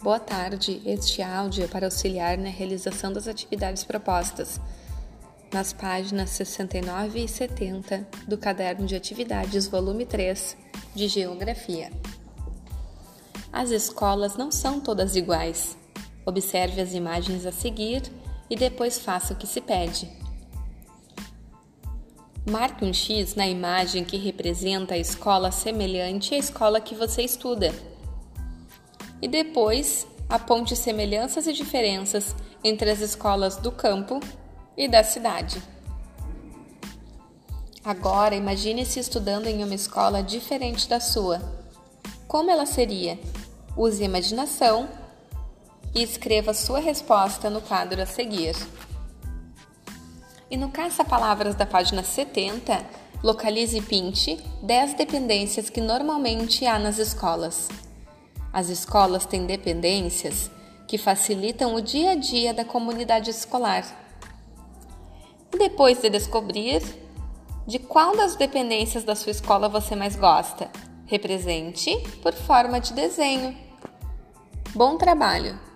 Boa tarde, este áudio é para auxiliar na realização das atividades propostas nas páginas 69 e 70 do Caderno de Atividades, volume 3, de Geografia. As escolas não são todas iguais. Observe as imagens a seguir e depois faça o que se pede. Marque um X na imagem que representa a escola semelhante à escola que você estuda. E depois, aponte semelhanças e diferenças entre as escolas do campo e da cidade. Agora, imagine-se estudando em uma escola diferente da sua. Como ela seria? Use a imaginação e escreva sua resposta no quadro a seguir. E no caça-palavras da página 70, localize e pinte 10 dependências que normalmente há nas escolas. As escolas têm dependências que facilitam o dia a dia da comunidade escolar. E depois de descobrir de qual das dependências da sua escola você mais gosta, represente por forma de desenho. Bom trabalho!